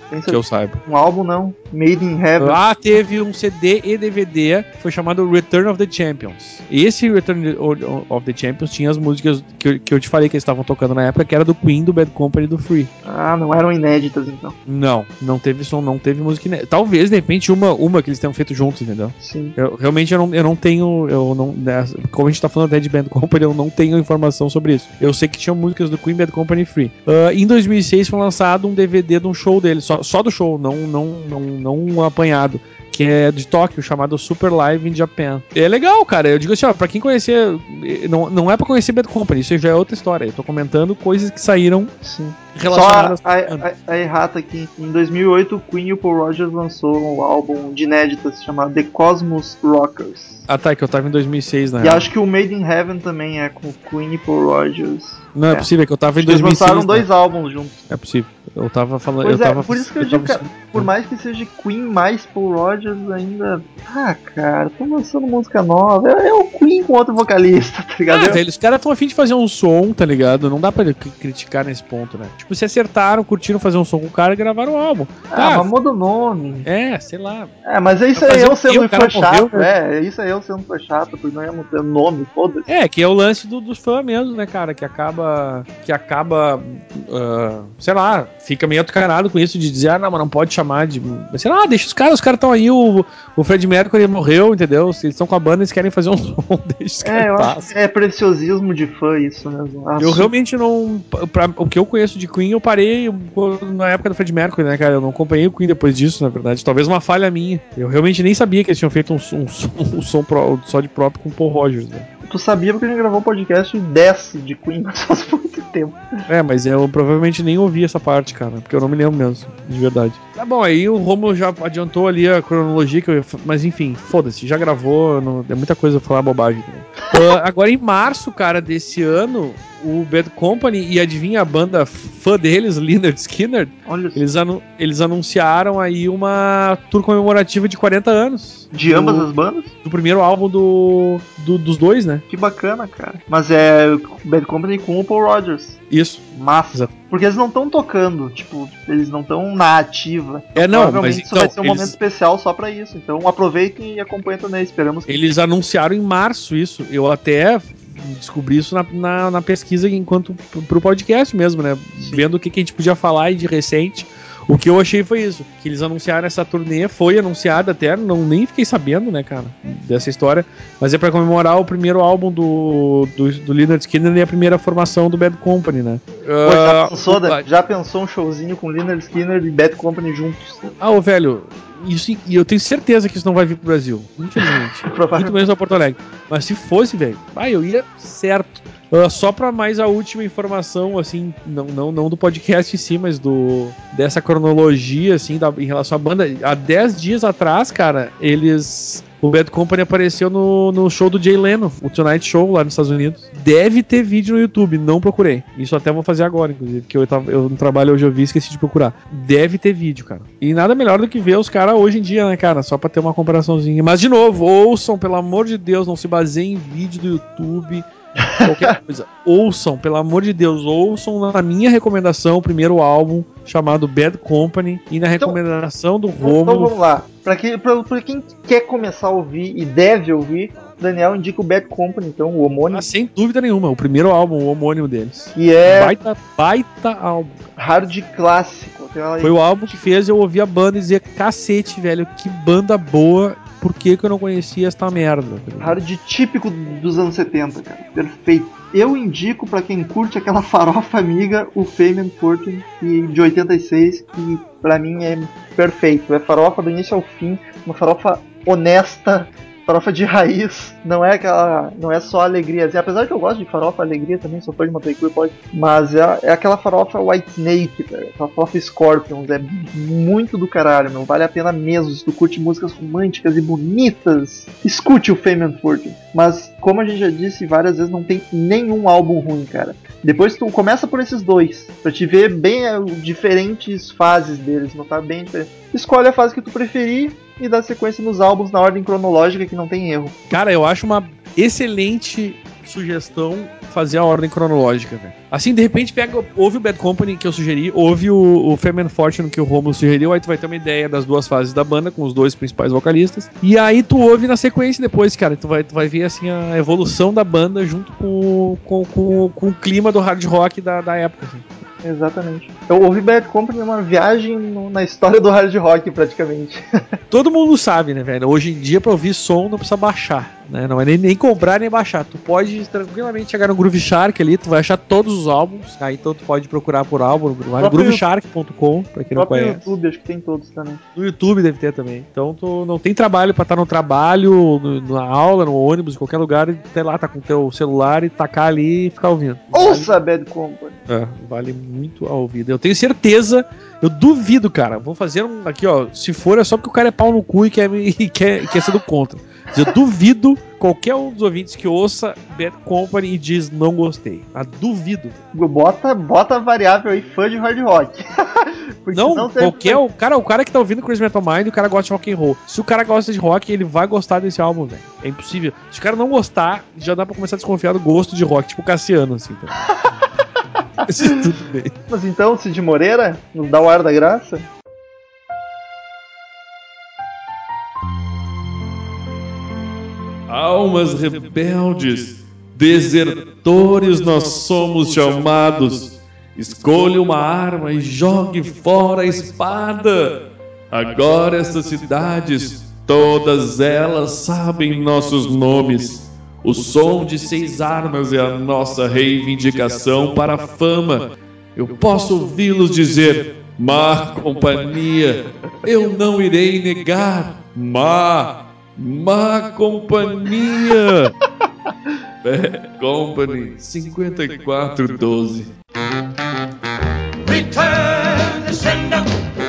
Que eu saiba. Um álbum não. Made in Heaven. Lá teve um CD e DVD, foi chamado Return of the Champions. Esse Return of the Champions tinha as músicas que eu te falei que eles estavam tocando na época, que era do Queen, do Bad Company e do Free. Ah, não eram inéditas então. Não teve som, não teve música inédita. Talvez, de repente, uma que eles tenham feito juntos, entendeu? Sim. Realmente eu não tenho, como a gente tá falando até de Bad Company, eu não tenho informação sobre isso. Eu sei que tinha músicas do Queen, Bad Company e Free. Em 2006 foi lançado um DVD de um show deles, só do show, não apanhado, que é de Tóquio, chamado Super Live in Japan. É legal, cara. Eu digo assim, ó, pra quem conhecer, não é pra conhecer Bad Company, isso já é outra história. Eu tô comentando coisas que saíram relacionadas. Só a errata aqui. Em 2008, o Queen e o Paul Rogers lançou um álbum de inéditas chamado The Cosmos Rockers. Ah, tá, que eu tava em 2006, né? E acho que o Made in Heaven também é com o Queen e Paul Rogers. Não é possível, que eu tava em 2006. Eles lançaram dois álbuns juntos. É possível. Eu tava falando. Por isso que eu digo, cara, por mais que seja Queen mais Paul Rogers, ainda. Ah, cara, tô lançando música nova. É o Queen com outro vocalista, tá ligado? Velho, os caras tão afim de fazer um som, tá ligado? Não dá pra criticar nesse ponto, né? Tipo, se acertaram, curtiram fazer um som com o cara e gravaram o álbum. Mas muda o nome. Sei lá. Mas isso é eu sendo fã chato. Isso é eu sendo fã chato, porque não ia mudar o nome, foda-se. Que é o lance dos fãs mesmo, né, cara? Que acaba sei lá, fica meio atucanado com isso de dizer, não, mas não pode chamar de... Sei lá, deixa os caras estão aí, o Fred Mercury morreu, entendeu? Se eles estão com a banda, eles querem fazer um som, deixa os caras. É preciosismo de fã isso mesmo. Eu realmente não... O que eu conheço de Queen, eu parei na época do Fred Mercury, né, cara? Eu não acompanhei o Queen depois disso, na verdade. Talvez uma falha minha. Eu realmente nem sabia que eles tinham feito um som só de próprio com o Paul Rogers, né? Tu sabia porque a gente gravou um podcast 10 de Queen, mas faz muito tempo. Mas eu provavelmente nem ouvi essa parte, cara, porque eu não me lembro mesmo, de verdade. Tá bom, aí o Romulo já adiantou ali a cronologia, mas enfim, foda-se, já gravou, é muita coisa pra falar bobagem. Agora em março, cara, desse ano, o Bad Company, e adivinha a banda fã deles, Lynyrd Skynyrd, eles anunciaram aí uma tour comemorativa de 40 anos. De ambas as bandas? Do primeiro álbum dos dois, né? Que bacana, cara. Mas é o Bad Company com o Paul Rogers. Isso. Massa. Exato. Porque eles não estão tocando, tipo, eles não estão na ativa. Então, provavelmente isso vai ser um momento especial só pra isso. Então aproveitem e acompanhem também, esperamos que... Eles anunciaram em março isso. Eu até descobri isso na pesquisa enquanto pro podcast mesmo, né? Sim. Vendo o que a gente podia falar de recente. O que eu achei foi isso, que eles anunciaram essa turnê, foi anunciada até, nem fiquei sabendo, né, cara, dessa história, mas é pra comemorar o primeiro álbum do Lynyrd Skynyrd e a primeira formação do Bad Company, né? Já pensou um showzinho com Lynyrd Skynyrd e Bad Company juntos? Velho, isso, e eu tenho certeza que isso não vai vir pro Brasil, infelizmente. Muito menos pra Porto Alegre. Mas se fosse, velho, eu ia certo. Só pra mais a última informação, assim, não do podcast em si, mas dessa cronologia, assim, em relação à banda. Há 10 dias atrás, cara, o Bad Company apareceu no show do Jay Leno, o Tonight Show lá nos Estados Unidos. Deve ter vídeo no YouTube, não procurei. Isso até vou fazer agora, inclusive, porque eu no trabalho hoje eu vi e esqueci de procurar. Deve ter vídeo, cara. E nada melhor do que ver os caras hoje em dia, né, cara? Só pra ter uma comparaçãozinha. Mas, de novo, ouçam, pelo amor de Deus, não se baseiem em vídeo do YouTube... Qualquer coisa, ouçam, pelo amor de Deus, ouçam na minha recomendação o primeiro álbum chamado Bad Company e na recomendação do Romulo. Então vamos lá, pra quem quer começar a ouvir e deve ouvir, Daniel indica o Bad Company, então o homônimo. Sem dúvida nenhuma, o primeiro álbum, o homônimo deles. E é baita álbum. Hard clássico. Foi o álbum que fez eu ouvir a banda e dizer, cacete, velho, que banda boa. Por que eu não conhecia esta merda? Hard típico dos anos 70, cara. Perfeito. Eu indico pra quem curte aquela farofa amiga, o Fame and Fortune de 86, que pra mim é perfeito. É farofa do início ao fim, uma farofa honesta, farofa de raiz, não é só alegria. Assim, apesar que eu gosto de farofa alegria também, sou fã de Motley Crue, pode, mas é aquela farofa White Snake, aquela farofa Scorpions, é muito do caralho, meu, vale a pena mesmo. Se tu curte músicas românticas e bonitas, escute o Fame and Fortune. Mas, como a gente já disse várias vezes, não tem nenhum álbum ruim, cara. Depois tu começa por esses dois, pra te ver bem diferentes fases deles, não tá bem diferente. Escolhe a fase que tu preferir e dá sequência nos álbuns na ordem cronológica que não tem erro. Cara, eu acho uma excelente sugestão fazer a ordem cronológica, velho. Assim, de repente, ouve o Bad Company que eu sugeri, ouve o Fame and Fortune que o Romulo sugeriu, aí tu vai ter uma ideia das duas fases da banda, com os dois principais vocalistas. E aí tu ouve na sequência depois, cara. Tu vai ver, assim, a evolução da banda junto com o clima do hard rock da época, assim. Exatamente. Eu ouvi Bad Company, uma viagem na história do hard rock, praticamente. Todo mundo sabe, né, velho? Hoje em dia, pra ouvir som, não precisa baixar, né? Não é nem comprar, nem baixar. Tu pode tranquilamente chegar no Groove Shark ali, tu vai achar todos os álbuns. Aí então tu pode procurar por álbum, grooveshark.com, pra quem não conhece. No YouTube, acho que tem todos também. No YouTube deve ter também. Então tu não tem trabalho pra estar no trabalho, na aula, no ônibus, em qualquer lugar, e até lá tá com o teu celular e tacar ali e ficar ouvindo. Ouça Bad Company! Vale muito a ouvida. Eu tenho certeza, eu duvido, cara. Vou fazer um aqui, ó. Se for, é só porque o cara é pau no cu e quer ser do contra. Mas eu duvido qualquer um dos ouvintes que ouça Bad Company e diz não gostei. Duvido. Bota a variável aí, fã de hard rock. Não, qualquer o cara que tá ouvindo Crazy Metal Mind, o cara gosta de rock and roll. Se o cara gosta de rock, ele vai gostar desse álbum, velho. É impossível. Se o cara não gostar, já dá pra começar a desconfiar do gosto de rock, tipo Cassiano, assim. Então. Tudo bem. Mas então, Cid Moreira, nos dá o ar da graça? Almas rebeldes, desertores nós somos chamados. Escolha uma arma e jogue fora a espada. Agora estas cidades, todas elas sabem nossos nomes. O som de 6 armas é a nossa reivindicação para a fama. Eu posso ouvi-los dizer, má companhia, eu não irei negar, má companhia. Bad Company 5412. Return to sender.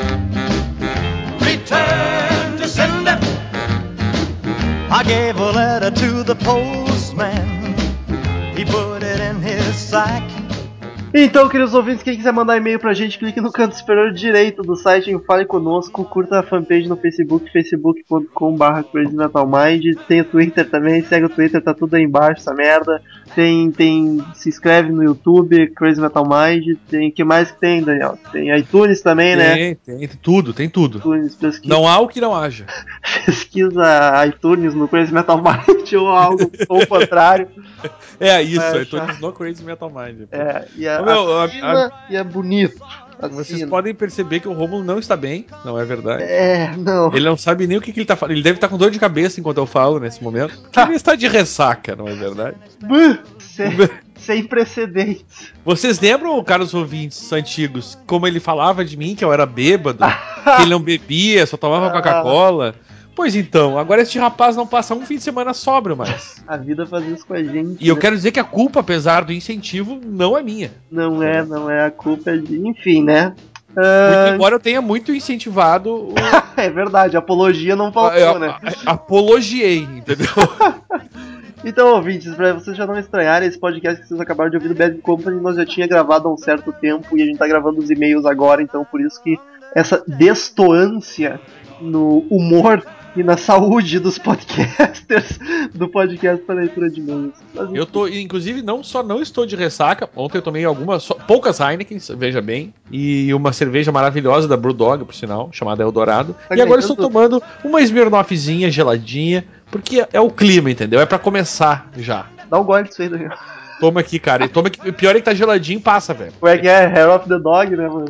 Return to sender. I gave a letter to the postman. He put it in his sack. Então, queridos ouvintes, quem quiser mandar e-mail pra gente, clique no canto superior direito do site em Fale Conosco, curta a fanpage no Facebook, facebook.com/crazymetalmind, tem o Twitter também, segue o Twitter, tá tudo aí embaixo, essa merda. Se inscreve no YouTube, Crazy Metal Mind. Tem, que mais que tem, Daniel? Tem iTunes também, né? Tem tudo. iTunes, pesquisa. Não há o que não haja. Pesquisa iTunes no Crazy Metal Mind ou algo ou o contrário. É isso, iTunes no Crazy Metal Mind. E é bonito. Vocês podem perceber que o Romulo não está bem, não é verdade? Não. Ele não sabe nem o que ele está falando. Ele deve estar com dor de cabeça enquanto eu falo nesse momento. Porque ele está de ressaca, não é verdade? Sem precedentes. Vocês lembram, caros ouvintes antigos, como ele falava de mim, que eu era bêbado, que ele não bebia, só tomava Coca-Cola? Pois então, agora este rapaz não passa um fim de semana sóbrio mais. A vida faz isso com a gente. E eu quero dizer que a culpa, apesar do incentivo, não é minha. Não é, a culpa é de... Enfim, né? Muito embora eu tenha muito incentivado... É verdade, a apologia não faltou, né? Apologiei, entendeu? Então, ouvintes, pra vocês já não estranharem, esse podcast que vocês acabaram de ouvir do Bad Company, nós já tinha gravado há um certo tempo e a gente tá gravando os e-mails agora, então por isso que essa destoância no humor e na saúde dos podcasters do podcast para leitura de e-mails. Eu tô, inclusive, não estou de ressaca. Ontem eu tomei poucas Heineken, veja bem, e uma cerveja maravilhosa da Brewdog, por sinal, chamada Eldorado. E agora estou tomando uma Smirnoffzinha geladinha, porque é o clima, entendeu? É pra começar já. Dá um gole disso aí, Daniel. Toma aqui, cara. E toma aqui. O pior é que tá geladinho, passa, velho. Como é que é? Hair of the dog, né, mano?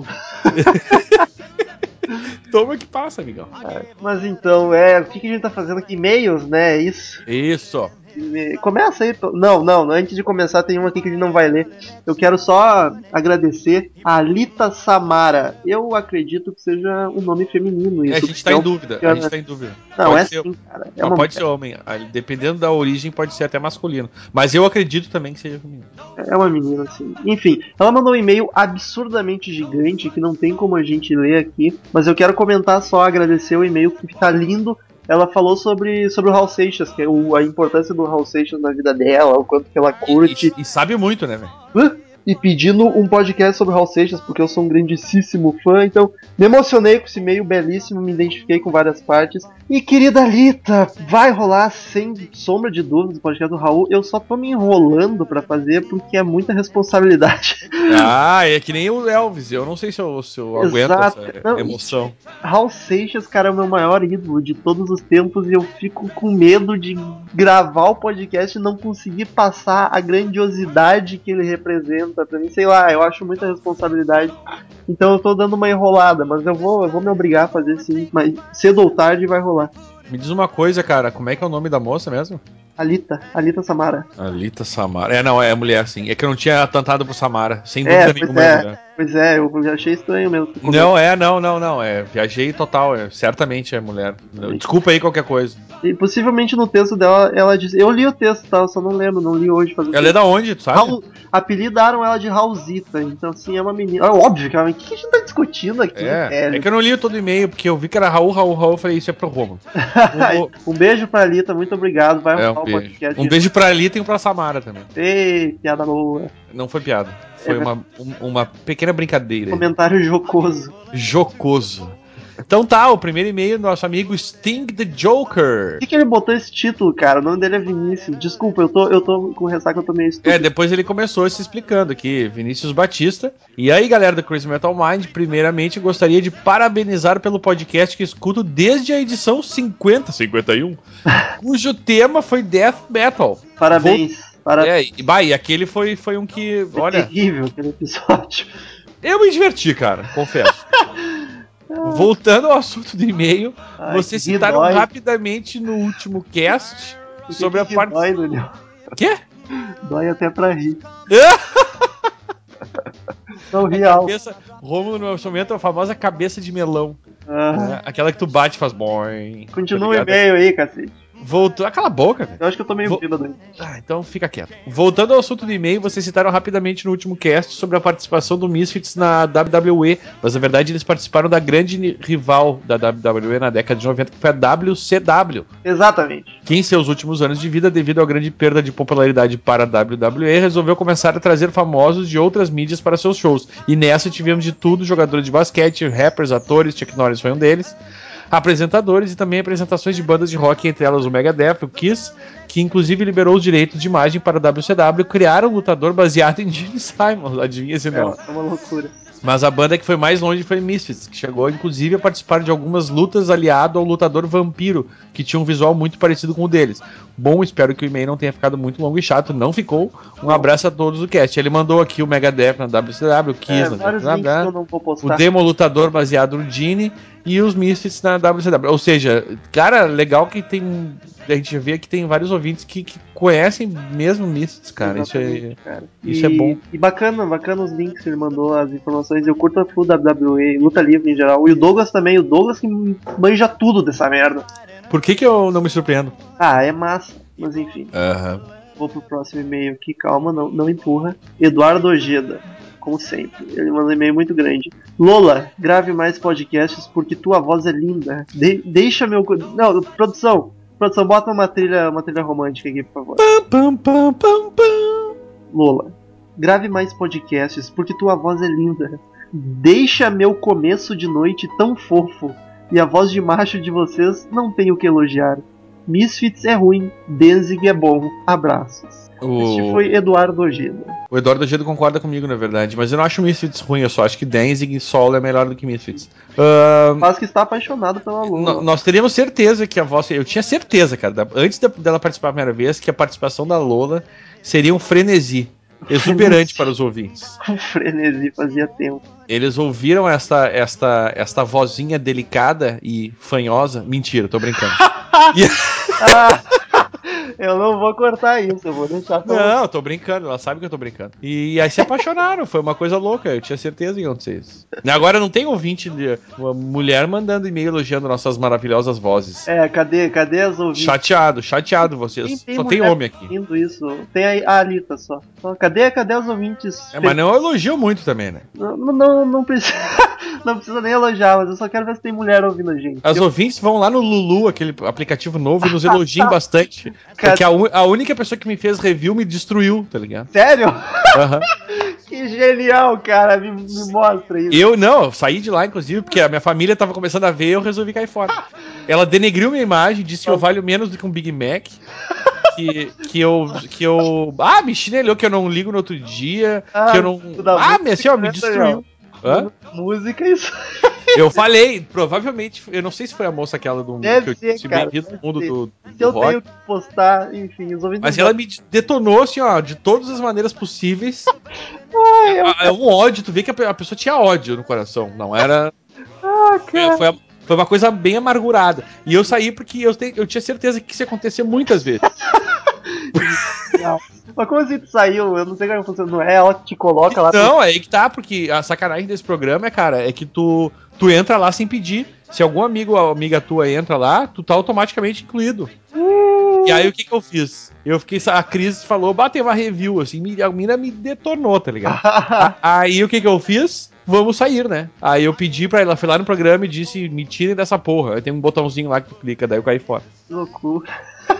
Toma que passa, amigão. Mas então, o que a gente tá fazendo aqui? E-mails, né? Isso. Começa aí. Não, antes de começar tem um aqui que a gente não vai ler. Eu quero só agradecer a Alita Samara. Eu acredito que seja um nome feminino. Isso, a gente tá em dúvida. Não, pode ser, sim, cara. pode ser homem. Dependendo da origem, pode ser até masculino. Mas eu acredito também que seja feminino. É uma menina, assim. Enfim, ela mandou um e-mail absurdamente gigante que não tem como a gente ler aqui. Mas eu quero comentar só, agradecer o e-mail que tá lindo. Ela falou sobre o Hal Seixas, que é a importância do Hal Seixas na vida dela, o quanto que ela curte. E sabe muito, né, velho? E pedindo um podcast sobre o Hal Seixas, porque eu sou um grandíssimo fã. Então, me emocionei com esse e-mail belíssimo, me identifiquei com várias partes. E querida Alita, vai rolar sem sombra de dúvidas o podcast do Raul. Eu só tô me enrolando pra fazer porque é muita responsabilidade. Ah, é que nem o Elvis. Eu não sei se eu aguento essa emoção. Raul Seixas, cara, é o meu maior ídolo de todos os tempos e eu fico com medo de gravar o podcast e não conseguir passar a grandiosidade que ele representa pra mim. Sei lá, eu acho muita responsabilidade. Então eu tô dando uma enrolada, mas eu vou me obrigar a fazer sim. Mas cedo ou tarde vai rolar. Me diz uma coisa, cara, como é que é o nome da moça mesmo? Alita Samara. Alita Samara. Não, é mulher, sim. É que eu não tinha tentado pro Samara. Sem dúvida nenhuma é mulher. Pois é, eu já achei estranho mesmo. Não. Viajei total. Certamente é mulher. Desculpa aí qualquer coisa. E possivelmente no texto dela, ela diz. Eu li o texto, tá? Eu só não lembro, não li hoje. Ela é da onde, tu sabe? Apelidaram ela de Raulzita, então sim, é uma menina. É óbvio que é uma menina. O que a gente tá discutindo aqui? É que eu não li todo o e-mail, porque eu vi que era Raul, eu falei, isso é pro Romulo. Um beijo pra Alita, muito obrigado. Vai rolar o podcast. Um beijo pra Alita e pra Samara também. Ei, piada boa. Não foi piada. Foi uma pequena brincadeira. Comentário jocoso. Jocoso. Então tá, o primeiro e-mail do nosso amigo Sting the Joker. Por que ele botou esse título, cara? O nome dele é Vinícius. Desculpa, eu tô com ressaca, eu tô meio estúpido. Depois ele começou se explicando aqui, Vinícius Batista. E aí, galera do Crazy Metal Mind, primeiramente gostaria de parabenizar pelo podcast que escuto desde a edição 51, cujo tema foi Death Metal. Parabéns. E aquele foi um que, olha... terrível aquele episódio. Eu me diverti, cara, confesso. Voltando ao assunto do e-mail, vocês citaram rapidamente no último cast sobre a parte... Dói, Daniel. Quê? Dói até pra rir. Não ri alto. Rômulo, no momento, é a famosa cabeça de melão. Né? Aquela que tu bate e faz boing. Continua o e-mail aí, cacete. Voltou. Cala a boca, cara. Eu acho que eu tô meio bêbado aí. Então fica quieto. Voltando ao assunto do e-mail, vocês citaram rapidamente no último cast sobre a participação do Misfits na WWE, mas na verdade eles participaram da grande rival da WWE na década de 90, que foi a WCW. Exatamente. Que em seus últimos anos de vida, devido à grande perda de popularidade para a WWE, resolveu começar a trazer famosos de outras mídias para seus shows. E nessa tivemos de tudo, jogadores de basquete, rappers, atores, Chuck Norris foi um deles, apresentadores e também apresentações de bandas de rock, entre elas o Megadeth, o Kiss, que inclusive liberou os direitos de imagem para a WCW, criaram um lutador baseado em Gene Simons, adivinha esse nome? É uma loucura. Mas a banda que foi mais longe foi Misfits, que chegou inclusive a participar de algumas lutas aliado ao lutador Vampiro, que tinha um visual muito parecido com o deles. Bom, espero que o e-mail não tenha ficado muito longo e chato, não ficou. Um abraço a todos do cast. Ele mandou aqui o Megadeth na WCW, o Kiss na WCW, o Demo lutador baseado no Gene e os Misfits na WCW. Ou seja, cara, legal que tem... A gente vê que tem vários ouvintes que conhecem mesmo Misfits, cara. Isso é bom. E bacana os links que ele mandou, as informações. Eu curto a full WWE, luta livre em geral. E o Douglas também, o Douglas que manja tudo dessa merda. Por que eu não me surpreendo? É massa, mas enfim. Vou pro próximo e-mail aqui, calma, não empurra. Eduardo Ojeda, como sempre. Ele mandou um e-mail muito grande. Lola, grave mais podcasts porque tua voz é linda. Deixa meu... Não, produção, bota uma trilha romântica aqui, por favor. Lola, grave mais podcasts porque tua voz é linda. Deixa meu começo de noite tão fofo. E a voz de macho de vocês não tem o que elogiar. Misfits é ruim, Danzig é bom. Abraços. Este foi Eduardo Ojeda. O Eduardo Ojeda concorda comigo, na verdade, mas eu não acho Misfits ruim, eu só acho que Danzig solo é melhor do que Misfits. Mas que está apaixonado pela Lola. Nós teríamos certeza que a voz... Eu tinha certeza, cara, antes dela participar a primeira vez, que a participação da Lola seria um frenesi. Exuberante para os ouvintes. Um frenesi fazia tempo. Eles ouviram esta vozinha delicada e fanhosa. Mentira, tô brincando. Eu não vou cortar isso, eu vou deixar pra Não, eu tô brincando, ela sabe que eu tô brincando. E aí se apaixonaram, foi uma coisa louca, eu tinha certeza que ia acontecer isso. Agora não tem ouvinte, uma mulher mandando e-mail elogiando nossas maravilhosas vozes. Cadê as ouvintes? Chateado vocês. Só tem homem aqui. Isso. Tem a Alita só. Cadê os ouvintes? Mas não elogio muito também, né? Não precisa. Não precisa nem elogiar, mas eu só quero ver se tem mulher ouvindo a gente. As ouvintes vão lá no Lulu, aquele aplicativo novo, e nos elogiem bastante. Porque a única pessoa que me fez review me destruiu, tá ligado? Sério? Que genial, cara. Me mostra isso. Eu saí de lá, inclusive, porque a minha família tava começando a ver e eu resolvi cair fora. Ela denegriu minha imagem, disse que eu valho menos do que um Big Mac. Que eu. Ah, me chinelhou, que eu não ligo no outro dia. Que eu não. Ah, me destruiu. Hã? Música, isso. Eu falei, provavelmente, eu não sei se foi a moça aquela do deve que eu ser, cara, do mundo do se eu rock. tenho que postar, enfim, os ouvintes. Mas ela me detonou, assim, ó, de todas as maneiras possíveis. É um ódio, tu vê que a pessoa tinha ódio no coração, não era. Cara. Foi uma coisa bem amargurada. E eu saí porque eu tinha certeza que isso ia acontecer muitas vezes. Mas como assim tu saiu? Eu não sei como funciona. Não é ela que te coloca lá. Não, é aí que tá, porque a sacanagem desse programa, cara, é que tu entra lá sem pedir. Se algum amigo ou amiga tua entra lá, tu tá automaticamente incluído. E aí o que eu fiz? Eu fiquei. A Cris falou, bateu uma review, assim, a mina me detonou, tá ligado? Aí o que eu fiz? Vamos sair, né? Aí eu pedi pra ela, fui lá no programa e disse, me tirem dessa porra. Aí tem um botãozinho lá que tu clica, daí eu caí fora. Que loucura.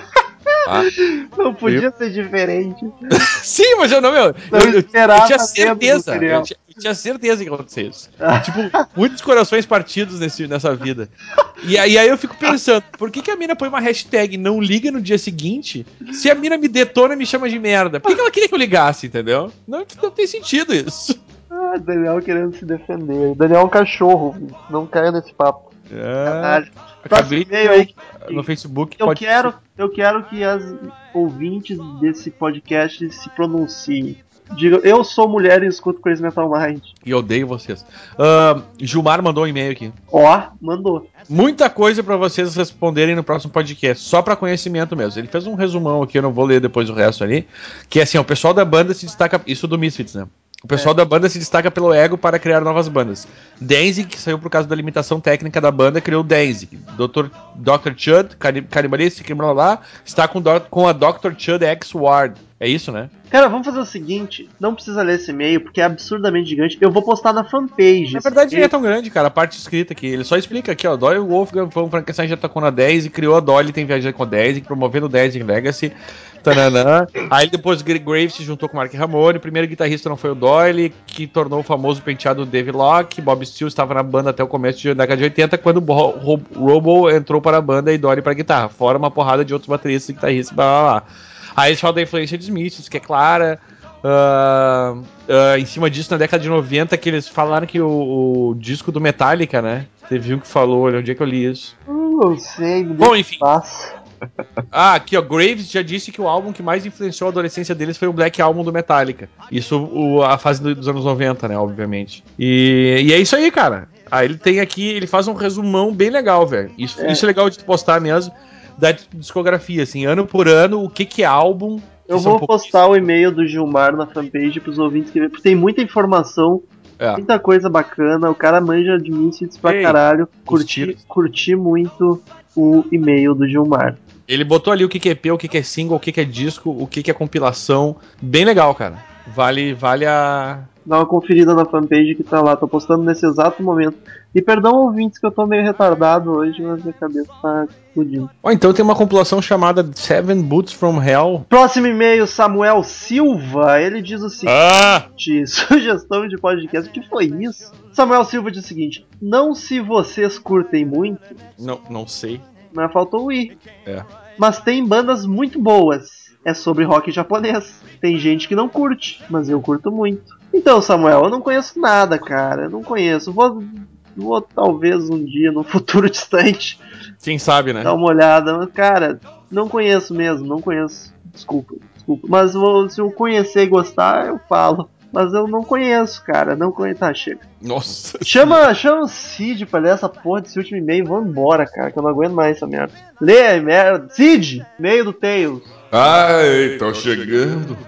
Não podia ser diferente. Sim, mas eu não, meu. Eu tinha certeza. Eu tinha certeza que ia acontecer isso. Tipo, muitos corações partidos nessa vida. E aí eu fico pensando, por que a mina põe uma hashtag não liga no dia seguinte se a mina me detona e me chama de merda? Por que ela queria que eu ligasse, entendeu? Não tem sentido isso. Daniel querendo se defender. Daniel é um cachorro, não caia nesse papo. Caralho. Acabei de aí no Facebook. Eu quero que as ouvintes desse podcast se pronunciem. Diga, eu sou mulher e escuto Crazy Metal Mind. E odeio vocês. Gilmar mandou um e-mail aqui. Mandou. Muita coisa pra vocês responderem no próximo podcast, só pra conhecimento mesmo. Ele fez um resumão aqui, eu não vou ler depois o resto ali. Que é assim, o pessoal da banda se destaca. Isso do Misfits, né? O pessoal da banda se destaca pelo ego para criar novas bandas. Danzig, que saiu por causa da limitação técnica da banda, criou Danzig. Dr. Chud, Canibalista, blá blá, está com a Dr. Chud X-Ward. É isso, né? Cara, vamos fazer o seguinte, não precisa ler esse e-mail, porque é absurdamente gigante. Eu vou postar na fanpage. Na verdade nem é tão grande, cara, a parte escrita aqui. Ele só explica aqui, ó, Doyle Wolfgang foi um Frankenstein, já tocou na 10 e criou a Dolly, tem viajado com a 10 e promovendo o 10 em Legacy. Tananã. Aí depois Graves se juntou com o Mark Ramone. O primeiro guitarrista não foi o Doyle, que tornou o famoso penteado Dave Locke. Bob Steele estava na banda até o começo da década de 80, quando o Robo entrou para a banda e Doyle para a guitarra. Fora uma porrada de outros bateristas e guitarristas, blá blá blá. Aí eles falam da influência de Smith, que é clara. Em cima disso, na década de 90, que eles falaram que o disco do Metallica, né? Você viu que falou, olha, onde é que eu li isso? Não sei, bom, enfim. Aqui, ó, Graves já disse que o álbum que mais influenciou a adolescência deles foi o Black Album do Metallica. Isso, a fase dos anos 90, né, obviamente. E é isso aí, cara. Aí ele tem aqui, ele faz um resumão bem legal, velho. Isso é legal de postar mesmo, da discografia, assim, ano por ano, o que é álbum. Eu vou postar o e-mail do Gilmar na fanpage pros ouvintes que porque tem muita informação, muita coisa bacana, o cara manja de Misfits pra caralho. Curti muito o e-mail do Gilmar. Ele botou ali o que é EP, o que é single, o que é disco, o que é compilação. Bem legal, cara. Vale a... Dá uma conferida na fanpage que tá lá, tô postando nesse exato momento. E perdão, ouvintes, que eu tô meio retardado hoje, mas minha cabeça tá explodindo. Então tem uma compilação chamada Seven Boots from Hell. Próximo e-mail, Samuel Silva. Ele diz o seguinte: sugestão de podcast. O que foi isso? Samuel Silva diz o seguinte: não se vocês curtem muito. Não sei. Mas faltou o I. Mas tem bandas muito boas. É sobre rock japonês. Tem gente que não curte, mas eu curto muito. Então, Samuel, eu não conheço nada, cara. Eu não conheço. Vou talvez um dia, no futuro distante. Quem sabe, né? Dar uma olhada. Mas, cara, não conheço mesmo. Não conheço. Desculpa. Mas se eu conhecer e gostar, eu falo. Mas eu não conheço, cara. Não conheço. Tá, chega. Nossa. Chama o Cid pra ler essa porra desse último e-mail e vamos embora, cara. Que eu não aguento mais essa merda. Lê aí, merda. Cid! E-mail do Tails. Ai, tô chegando.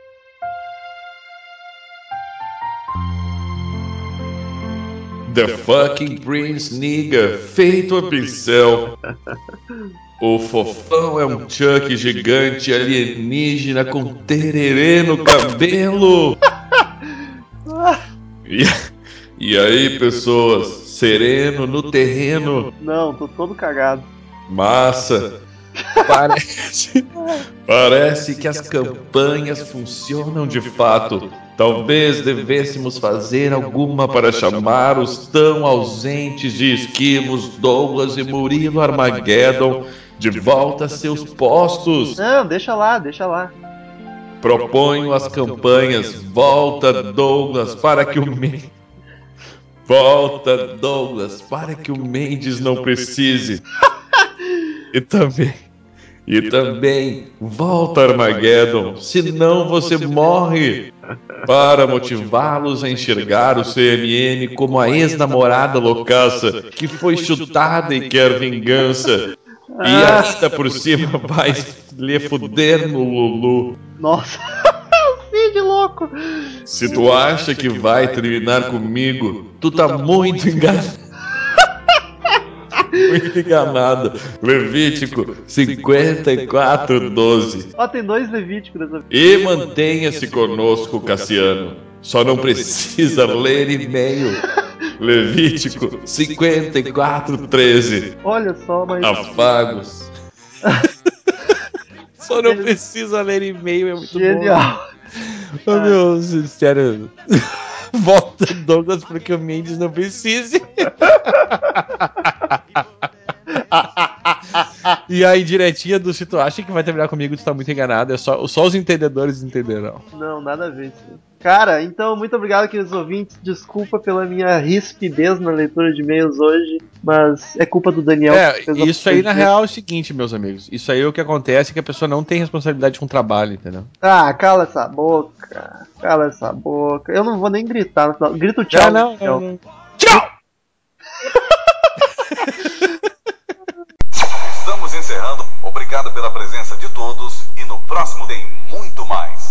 The fucking Prince Nigga, feito a pincel. O fofão é um Chuck gigante alienígena com tererê no cabelo. E aí, pessoas, sereno no terreno. Não, tô todo cagado. Massa. Parece que as campanhas funcionam de fato. Talvez devêssemos fazer alguma para chamar os tão ausentes de esquivos Douglas e Murilo Armageddon de volta a seus postos. Não, deixa lá. Proponho as campanhas Volta Douglas para que o Volta Douglas para que o Mendes não precise. E também volta Armageddon, senão você morre. Para motivá-los a enxergar o CMM como a ex-namorada loucaça que foi chutada e quer vingança. E ainda por cima vai lhe fuder no Lulu. Nossa, Cid louco. Se tu acha que vai terminar comigo, tu tá muito enganado. Muito enganado. Levítico 54:12. Ó, tem 2 Levíticos dessa vez. E mantenha-se conosco, Cassiano. Só não precisa ler e-mail. Levítico 54:13. Olha só, mas... Afagos. Só não precisa ler e-mail, é muito genial. Bom. Oh, meu, sério. Volta Douglas porque o Mendes não precise. E aí, direitinha do se tu acha que vai terminar comigo, tu tá muito enganado. É só os entendedores entenderão. Não, nada a ver isso. Cara, então, muito obrigado, queridos ouvintes. Desculpa pela minha rispidez na leitura de e-mails hoje, mas é culpa do Daniel. Isso aí, na real, é o seguinte, meus amigos. Isso aí é o que acontece, que a pessoa não tem responsabilidade com o trabalho, entendeu? Ah, cala essa boca. Eu não vou nem gritar no final. Grito tchau. Não. Tchau! Estamos encerrando. Obrigado pela presença de todos e no próximo tem muito mais.